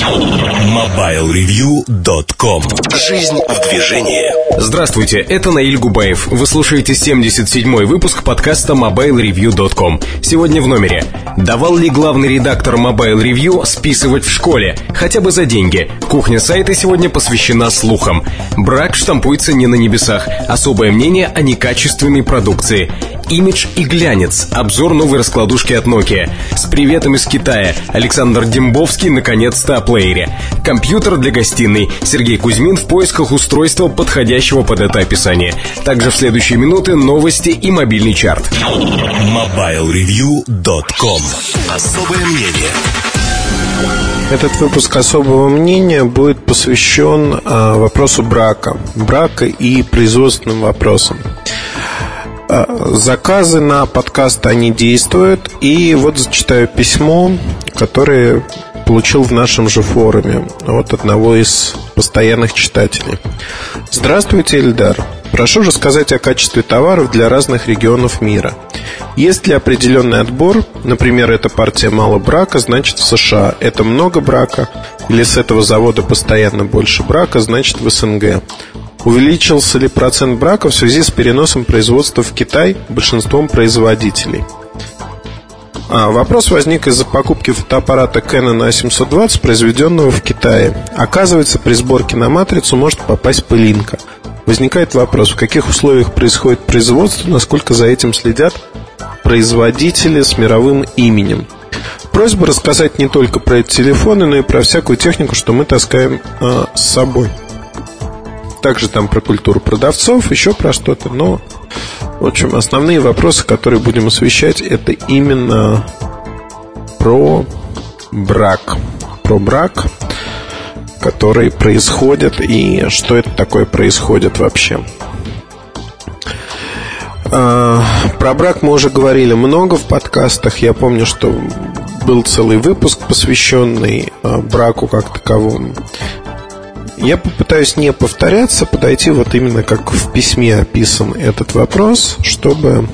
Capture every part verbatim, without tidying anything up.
мобайл ревью точка ком. Жизнь в движении. Здравствуйте, это Наиль Губаев. Вы слушаете семьдесят седьмой выпуск подкаста мобайл ревью точка ком. Сегодня в номере: давал ли главный редактор Mobile Review списывать в школе, хотя бы за деньги? Кухня сайта сегодня посвящена слухам. Брак штампуется не на небесах. Особое мнение о некачественной продукции. Имидж и глянец. Обзор новой раскладушки от Nokia. С приветом из Китая. Александр Дембовский наконец-то о плеере. Компьютер для гостиной. Сергей Кузьмин в поисках устройства, подходящего под это описание. Также в следующие минуты новости и мобильный чарт. мобайл ревью точка ком. Особое мнение. Этот выпуск особого мнения будет посвящен а, вопросу брака. Брака и производственным вопросам. Заказы на подкаст, они действуют. И вот зачитаю письмо, которое получил в нашем же форуме от одного из постоянных читателей. Здравствуйте, Эльдар. Прошу рассказать о качестве товаров для разных регионов мира. Есть ли определенный отбор? Например, эта партия мало брака, значит в США. Это много брака. Или с этого завода постоянно больше брака, значит в СНГ. Увеличился ли процент брака в связи с переносом производства в Китай большинством производителей? А, вопрос возник из-за покупки фотоаппарата Canon а семьсот двадцать, произведенного в Китае. Оказывается, при сборке на матрицу может попасть пылинка. Возникает вопрос, в каких условиях происходит производство, насколько за этим следят производители с мировым именем. Просьба рассказать не только про эти телефоны, но и про всякую технику, что мы таскаем э, с собой. Также там про культуру продавцов, еще про что-то. Но, в общем, основные вопросы, которые будем освещать, это именно про брак. Про брак, который происходит, и что это такое происходит вообще. Про брак мы уже говорили много в подкастах. Я помню, что был целый выпуск, посвященный браку как таковому. Я попытаюсь не повторяться, подойти вот именно как в письме описан этот вопрос, чтобы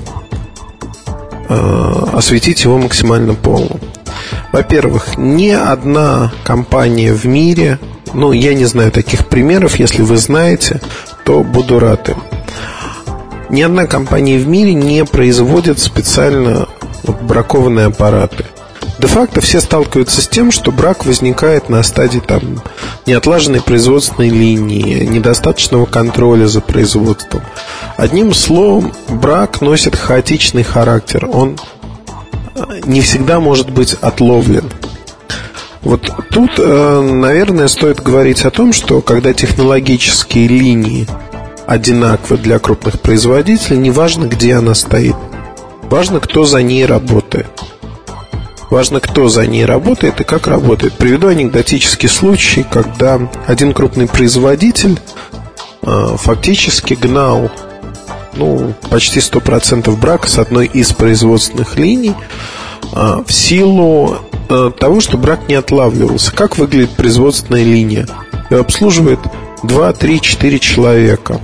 э, осветить его максимально полно. Во-первых, ни одна компания в мире, ну, я не знаю таких примеров, если вы знаете, то буду рад им. Ни одна компания в мире не производит специально вот, бракованные аппараты. Де-факто все сталкиваются с тем, что брак возникает на стадии там, неотлаженной производственной линии, недостаточного контроля за производством. Одним словом, брак носит хаотичный характер. Он не всегда может быть отловлен. Вот тут, наверное, стоит говорить о том, что когда технологические линии одинаковы для крупных производителей, неважно, где она стоит, важно, кто за ней работает. Важно, кто за ней работает и как работает. Приведу анекдотический случай, когда один крупный производитель э, фактически гнал ну, почти сто процентов брака с одной из производственных линий э, в силу э, того, что брак не отлавливался. Как выглядит производственная линия? Ее обслуживает два, три, четыре человека.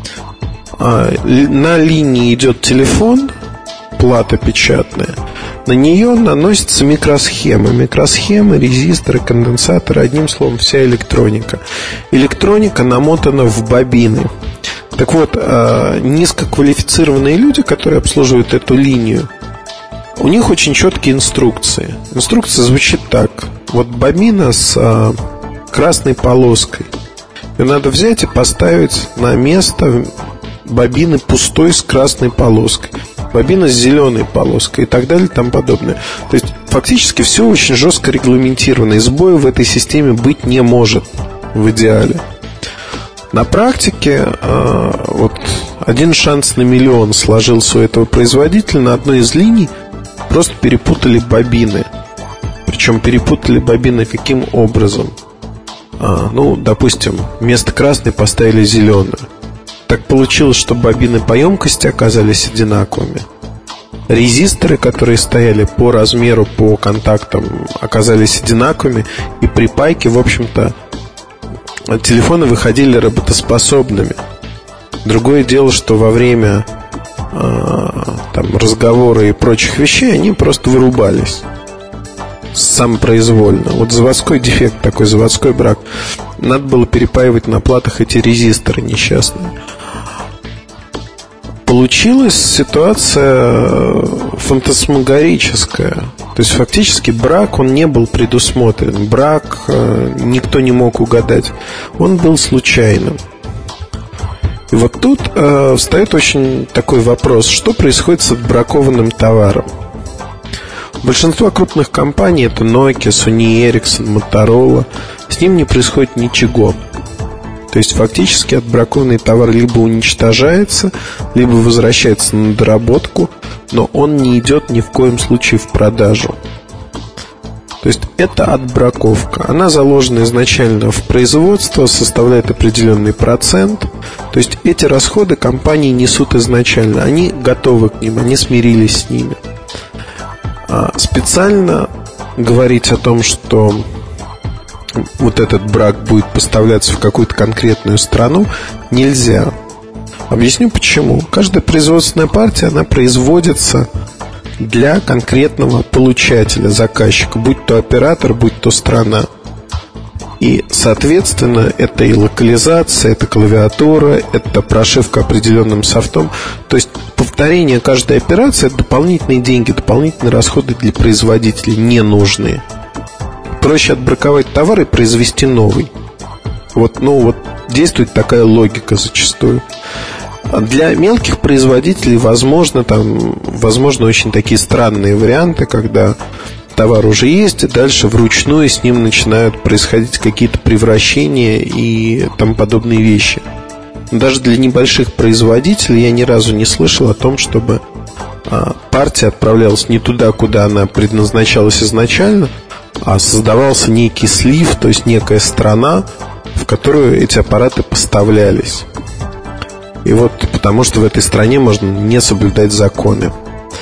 э, На линии идет телефон, плата печатная. На нее наносятся микросхемы. Микросхемы, резисторы, конденсаторы. Одним словом, вся электроника. Электроника намотана в бобины. Так вот, низкоквалифицированные люди, которые обслуживают эту линию, у них очень четкие инструкции. Инструкция звучит так. Вот бобина с красной полоской. Ее надо взять и поставить на место бобины пустой с красной полоской, бобина с зеленой полоской и так далее и тому подобное. То есть фактически все очень жестко регламентировано, и сбоев в этой системе быть не может в идеале. На практике э, вот один шанс на миллион сложился у этого производителя. На одной из линий просто перепутали бобины. Причем перепутали бобины каким образом? А, ну, допустим, вместо красной поставили зеленую. Так получилось, что бобины по емкости оказались одинаковыми. Резисторы, которые стояли по размеру, по контактам, оказались одинаковыми. И при пайке, в общем-то, телефоны выходили работоспособными. Другое дело, что во время э, там, разговора и прочих вещей они просто вырубались. самопроизвольно. Вот заводской дефект, такой заводской брак. Надо было перепаивать на платах эти резисторы несчастные. Получилась ситуация фантасмагорическая. То есть фактически брак, он не был предусмотрен. Брак э, никто не мог угадать. Он был случайным. И вот тут э, встает очень такой вопрос: что происходит с отбракованным товаром? Большинство крупных компаний, это Nokia, Sony Ericsson, Motorola, с ним не происходит ничего. То есть фактически отбракованный товар либо уничтожается, либо возвращается на доработку, но он не идет ни в коем случае в продажу. То есть это отбраковка. Она заложена изначально в производство, составляет определенный процент. То есть эти расходы компании несут изначально. Они готовы к ним, они смирились с ними. А специально говорить о том, что вот этот брак будет поставляться в какую-то конкретную страну, нельзя. Объясню почему. Каждая производственная партия, она производится для конкретного получателя, заказчика, будь то оператор, будь то страна. И, соответственно, это и локализация, это клавиатура, это прошивка определенным софтом. То есть повторение каждой операции — это дополнительные деньги, дополнительные расходы для производителей ненужные. Проще отбраковать товар и произвести новый. Вот, ну, вот действует такая логика зачастую. Для мелких производителей возможно, там, возможно очень такие странные варианты, когда товар уже есть, и дальше вручную с ним начинают происходить какие-то превращения и тому подобные вещи. Даже для небольших производителей я ни разу не слышал о том, чтобы а, партия отправлялась не туда, куда она предназначалась изначально, а создавался некий слив, то есть некая страна, в которую эти аппараты поставлялись. И вот потому что в этой стране можно не соблюдать законы.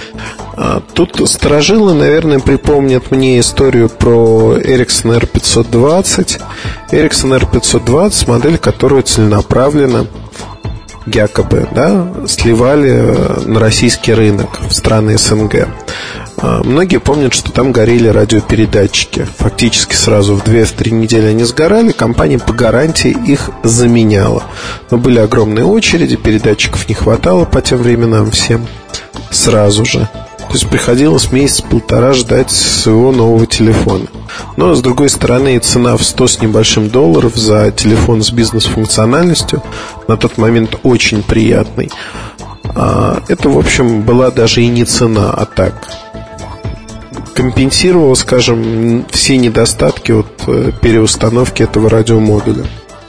Тут старожилы, наверное, припомнят мне историю про Ericsson эр пятьсот двадцать. Ericsson эр пятьсот двадцать, модель, которую целенаправленно, якобы, да, сливали на российский рынок, в страны эс эн гэ. Многие помнят, что там горели радиопередатчики. Фактически сразу в две-три недели они сгорали. Компания по гарантии их заменяла. Но были огромные очереди, передатчиков не хватало по тем временам всем сразу же. То есть приходилось месяц-полтора ждать своего нового телефона. Но, с другой стороны, цена в сто с небольшим долларов за телефон с бизнес-функциональностью на тот момент очень приятный. Это, в общем, была даже и не цена, а так компенсировала, скажем, все недостатки от переустановки этого радиомодуля.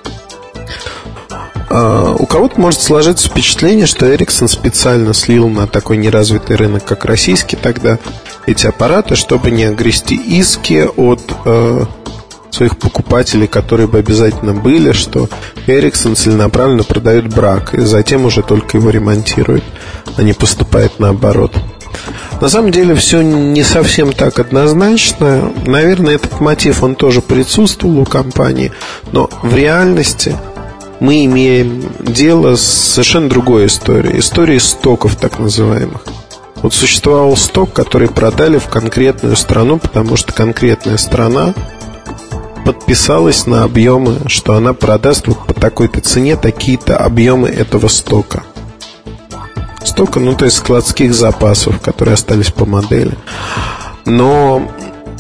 У кого-то может сложиться впечатление, что Ericsson специально слил на такой неразвитый рынок, как российский, тогда эти аппараты, чтобы не огрести иски от э, своих покупателей, которые бы обязательно были, что Ericsson целенаправленно продает брак и затем уже только его ремонтирует, а не поступает наоборот. На самом деле все не совсем так однозначно. Наверное, этот мотив, он тоже присутствовал у компании, но в реальности мы имеем дело с совершенно другой историей. Историей стоков так называемых. Вот существовал сток, который продали в конкретную страну, потому что конкретная страна подписалась на объемы, что она продаст вот по такой-то цене такие-то объемы этого стока. Стока, ну то есть складских запасов, которые остались по модели. Но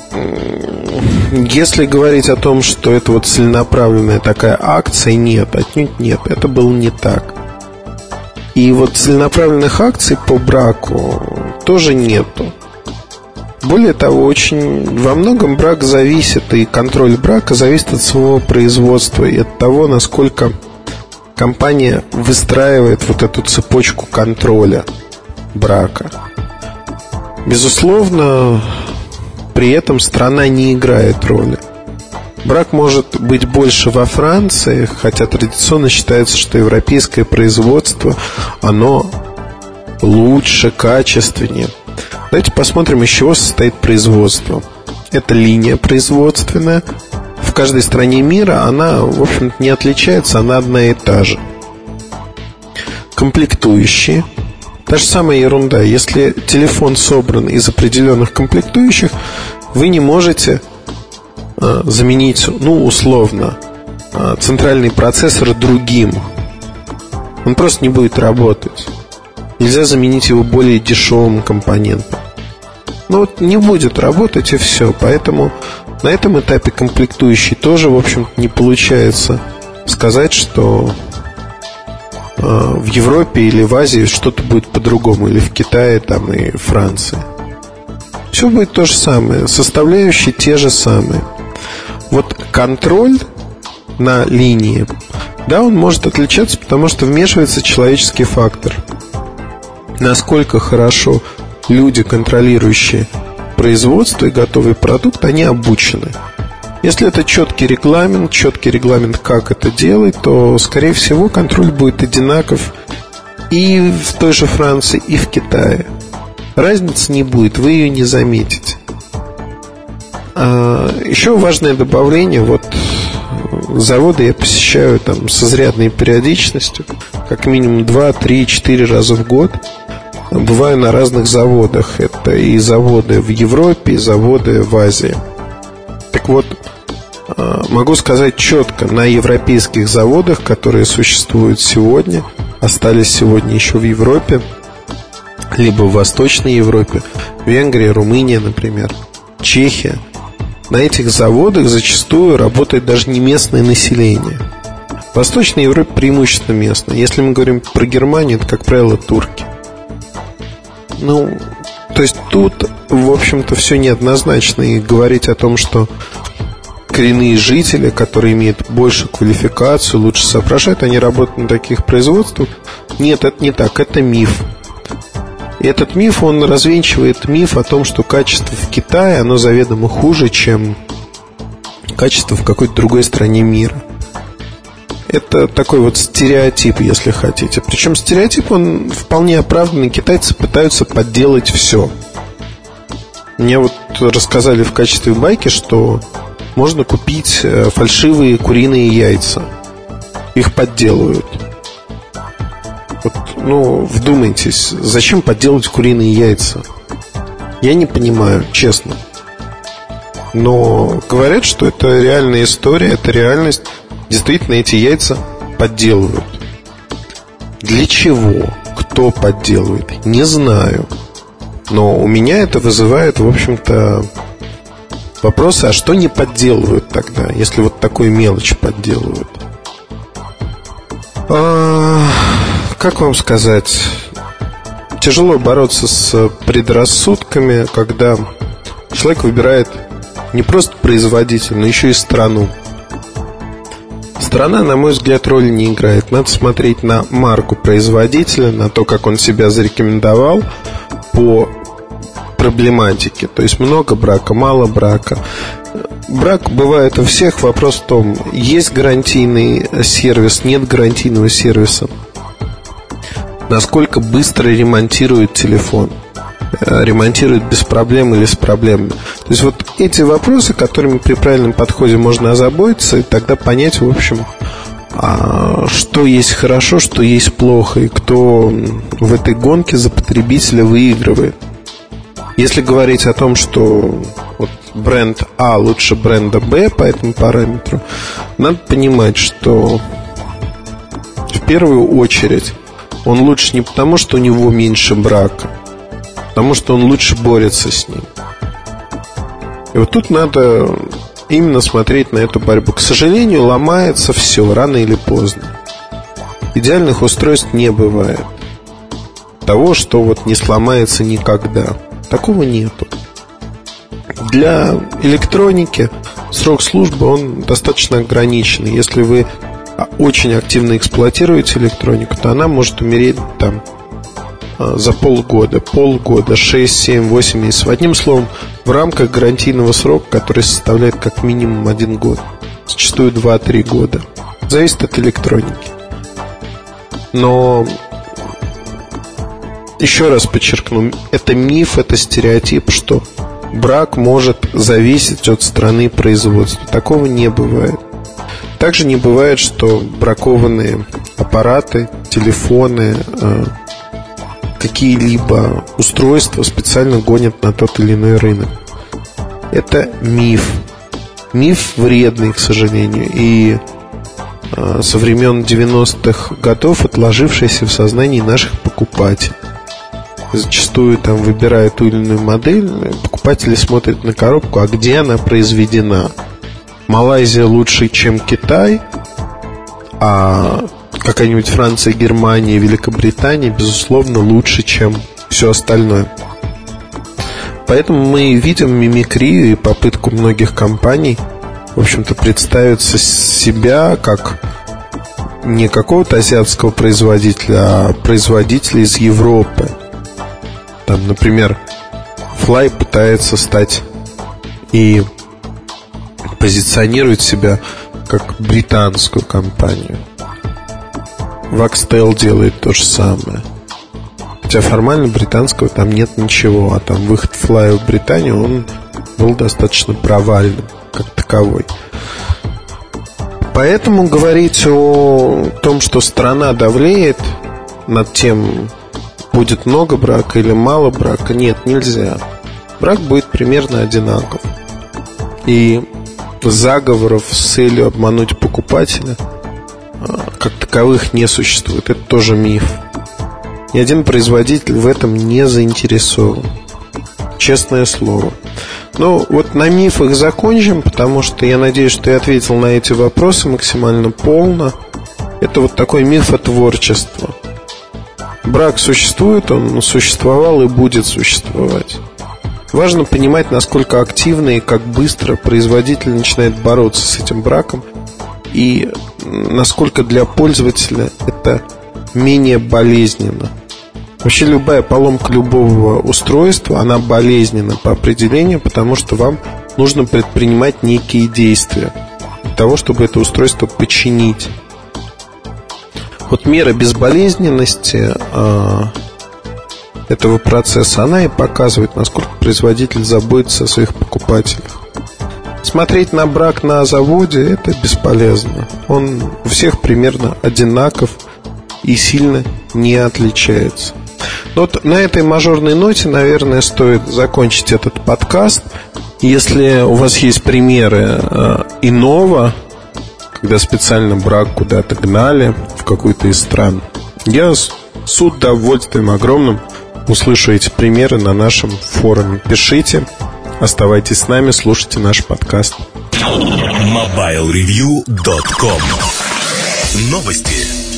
если говорить о том, что это вот целенаправленная такая акция, нет, отнюдь нет, это было не так. И вот целенаправленных акций по браку тоже нету. Более того, очень во многом брак зависит, и контроль брака зависит от своего производства и от того, насколько компания выстраивает вот эту цепочку контроля брака. Безусловно, при этом страна не играет роли. Брак может быть больше во Франции, хотя традиционно считается, что европейское производство, оно лучше, качественнее. Давайте посмотрим, из чего состоит производство. Это линия производственная. В каждой стране мира она, в общем-то, не отличается, она одна и та же. Комплектующие. Та же самая ерунда. Если телефон собран из определенных комплектующих, Вы не можете э, заменить, ну, условно, э, центральный процессор другим. Он просто не будет работать. Нельзя заменить его более дешевым компонентом. Ну вот не будет работать, и все. Поэтому на этом этапе комплектующий тоже, в общем-то, не получается сказать, что э, в Европе или в Азии что-то будет по-другому, или в Китае там, и Франции. Все будет то же самое, составляющие те же самые. Вот контроль на линии, да, он может отличаться, потому что вмешивается человеческий фактор. Насколько хорошо люди, контролирующие производство и готовый продукт, они обучены. Если это четкий регламент, четкий регламент, как это делать, то, скорее всего, контроль будет одинаков и в той же Франции, и в Китае. Разницы не будет, вы ее не заметите. а, Еще важное добавление. Вот заводы я посещаю там с изрядной периодичностью, как минимум два, три, четыре раза в год. Бываю на разных заводах. Это и заводы в Европе, и заводы в Азии. Так вот, могу сказать четко, на европейских заводах, которые существуют сегодня, остались сегодня еще в Европе, либо в Восточной Европе, Венгрия, Румыния, например, Чехия, на этих заводах зачастую работает даже не местное население. В Восточной Европе преимущественно местное. Если мы говорим про Германию, это, как правило, турки. Ну, то есть тут, в общем-то, все неоднозначно. И говорить о том, что коренные жители, которые имеют большую квалификацию, лучше соображают, они работают на таких производствах. Нет, это не так, это миф. И этот миф, он развенчивает миф о том, что качество в Китае, оно заведомо хуже, чем качество в какой-то другой стране мира. Это такой вот стереотип, если хотите. Причем стереотип, он вполне оправданный. Китайцы пытаются подделать все. Мне вот рассказали в качестве байки, что можно купить фальшивые куриные яйца. Их подделывают. Вот, ну, вдумайтесь, зачем подделывать куриные яйца? Я не понимаю, честно. Но говорят, что это реальная история, это реальность. Действительно, эти яйца подделывают. Для чего? Кто подделывает? Не знаю. Но у меня это вызывает, в общем-то, вопросы, а что не подделывают тогда, если вот такую мелочь подделывают? А, как вам сказать? Тяжело бороться с предрассудками, когда человек выбирает не просто производителя, но еще и страну. Страна, на мой взгляд, роли не играет. Надо смотреть на марку производителя, на то, как он себя зарекомендовал по проблематике. То есть много брака, мало брака. Брак бывает у всех. Вопрос в том, есть гарантийный сервис, нет гарантийного сервиса. Насколько быстро ремонтируют телефон, ремонтируют без проблем или с проблемами. То есть вот эти вопросы, которыми при правильном подходе можно озаботиться, и тогда понять, в общем, что есть хорошо, что есть плохо, и кто в этой гонке за потребителя выигрывает. Если говорить о том, что вот бренд А лучше бренда Б по этому параметру, надо понимать, что в первую очередь он лучше не потому, что у него меньше брака, потому что он лучше борется с ним. И вот тут надо именно смотреть на эту борьбу. К сожалению, ломается все рано или поздно. Идеальных устройств не бывает. Того, что вот не сломается никогда, такого нету. Для электроники срок службы, он достаточно ограниченный. Если вы очень активно эксплуатируете электронику, то она может умереть там за полгода, полгода, шесть, семь, восемь месяцев. Одним словом, в рамках гарантийного срока, который составляет как минимум один год, зачастую два-три года. Зависит от электроники. Но еще раз подчеркну, это миф, это стереотип, что брак может зависеть от страны производства. Такого не бывает. Также не бывает, что бракованные аппараты, телефоны, какие-либо устройства специально гонят на тот или иной рынок. Это миф. Миф вредный, к сожалению. И э, со времен девяностых годов отложившийся в сознании наших покупателей. Зачастую там, выбирая ту или иную модель, покупатели смотрят на коробку, а где она произведена. Малайзия лучше, чем Китай, а какая-нибудь Франция, Германия, Великобритания, безусловно, лучше, чем все остальное. Поэтому мы видим мимикрию и попытку многих компаний, в общем-то, представить себя как не какого-то азиатского производителя, а производителя из Европы. Там, например, Fly пытается стать и позиционирует себя как британскую компанию. Voxtel делает то же самое. Хотя формально британского там нет ничего, а там выход Fly в Британию, он был достаточно провальным как таковой. Поэтому говорить о том, что страна давлеет над тем, будет много брака или мало брака, нет, нельзя. Брак будет примерно одинаков. И заговоров с целью обмануть покупателя как таковых не существует. Это тоже миф. Ни один производитель в этом не заинтересован. Честное слово. Ну, вот на мифах закончим, потому что я надеюсь, что я ответил на эти вопросы максимально полно. Это вот такой мифотворчество. Брак существует, он существовал и будет существовать. Важно понимать, насколько активно и как быстро производитель начинает бороться с этим браком, и насколько для пользователя это менее болезненно. Вообще любая поломка любого устройства, она болезненна по определению, потому что вам нужно предпринимать некие действия для того, чтобы это устройство починить. Вот мера безболезненности э, этого процесса, она и показывает, насколько производитель заботится о своих покупателях. Смотреть на брак на заводе — это бесполезно. Он у всех примерно одинаков и сильно не отличается. Но вот на этой мажорной ноте, наверное, стоит закончить этот подкаст. Если у вас есть примеры э, иного, когда специально брак куда-то гнали в какую-то из стран, я с, с удовольствием огромным услышу эти примеры на нашем форуме. Пишите, оставайтесь с нами, слушайте наш подкаст. мобайл ревью точка ком. Новости.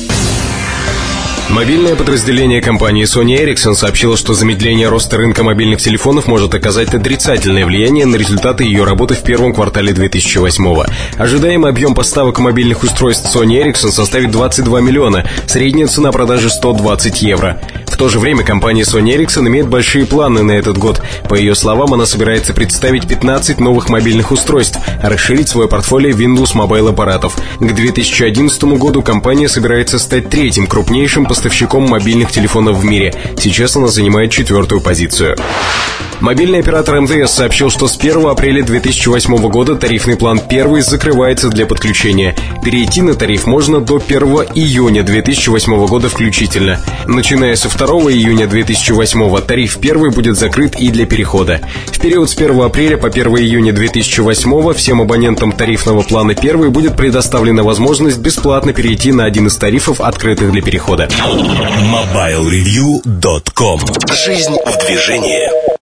Мобильное подразделение компании Sony Ericsson сообщило, что замедление роста рынка мобильных телефонов может оказать отрицательное влияние на результаты ее работы в первом квартале две тысячи восьмого. Ожидаемый объем поставок мобильных устройств Sony Ericsson составит двадцать два миллиона, средняя цена продажи сто двадцать евро. В то же время компания Sony Ericsson имеет большие планы на этот год. По ее словам, она собирается представить пятнадцать новых мобильных устройств, а расширить свое портфолио Windows Mobile аппаратов. К две тысячи одиннадцатому году компания собирается стать третьим крупнейшим поставщиком мобильных телефонов в мире. Сейчас она занимает четвертую позицию. Мобильный оператор эм тэ эс сообщил, что с первого апреля две тысячи восьмого года тарифный план первый закрывается для подключения. Перейти на тариф можно до первого июня две тысячи восьмого года включительно. Начиная со второго июня две тысячи восьмого тариф первый будет закрыт и для перехода. В период с первого апреля по первого июня две тысячи восьмого всем абонентам тарифного плана первый будет предоставлена возможность бесплатно перейти на один из тарифов, открытых для перехода. мобайл ревью точка ком. Жизнь в движении.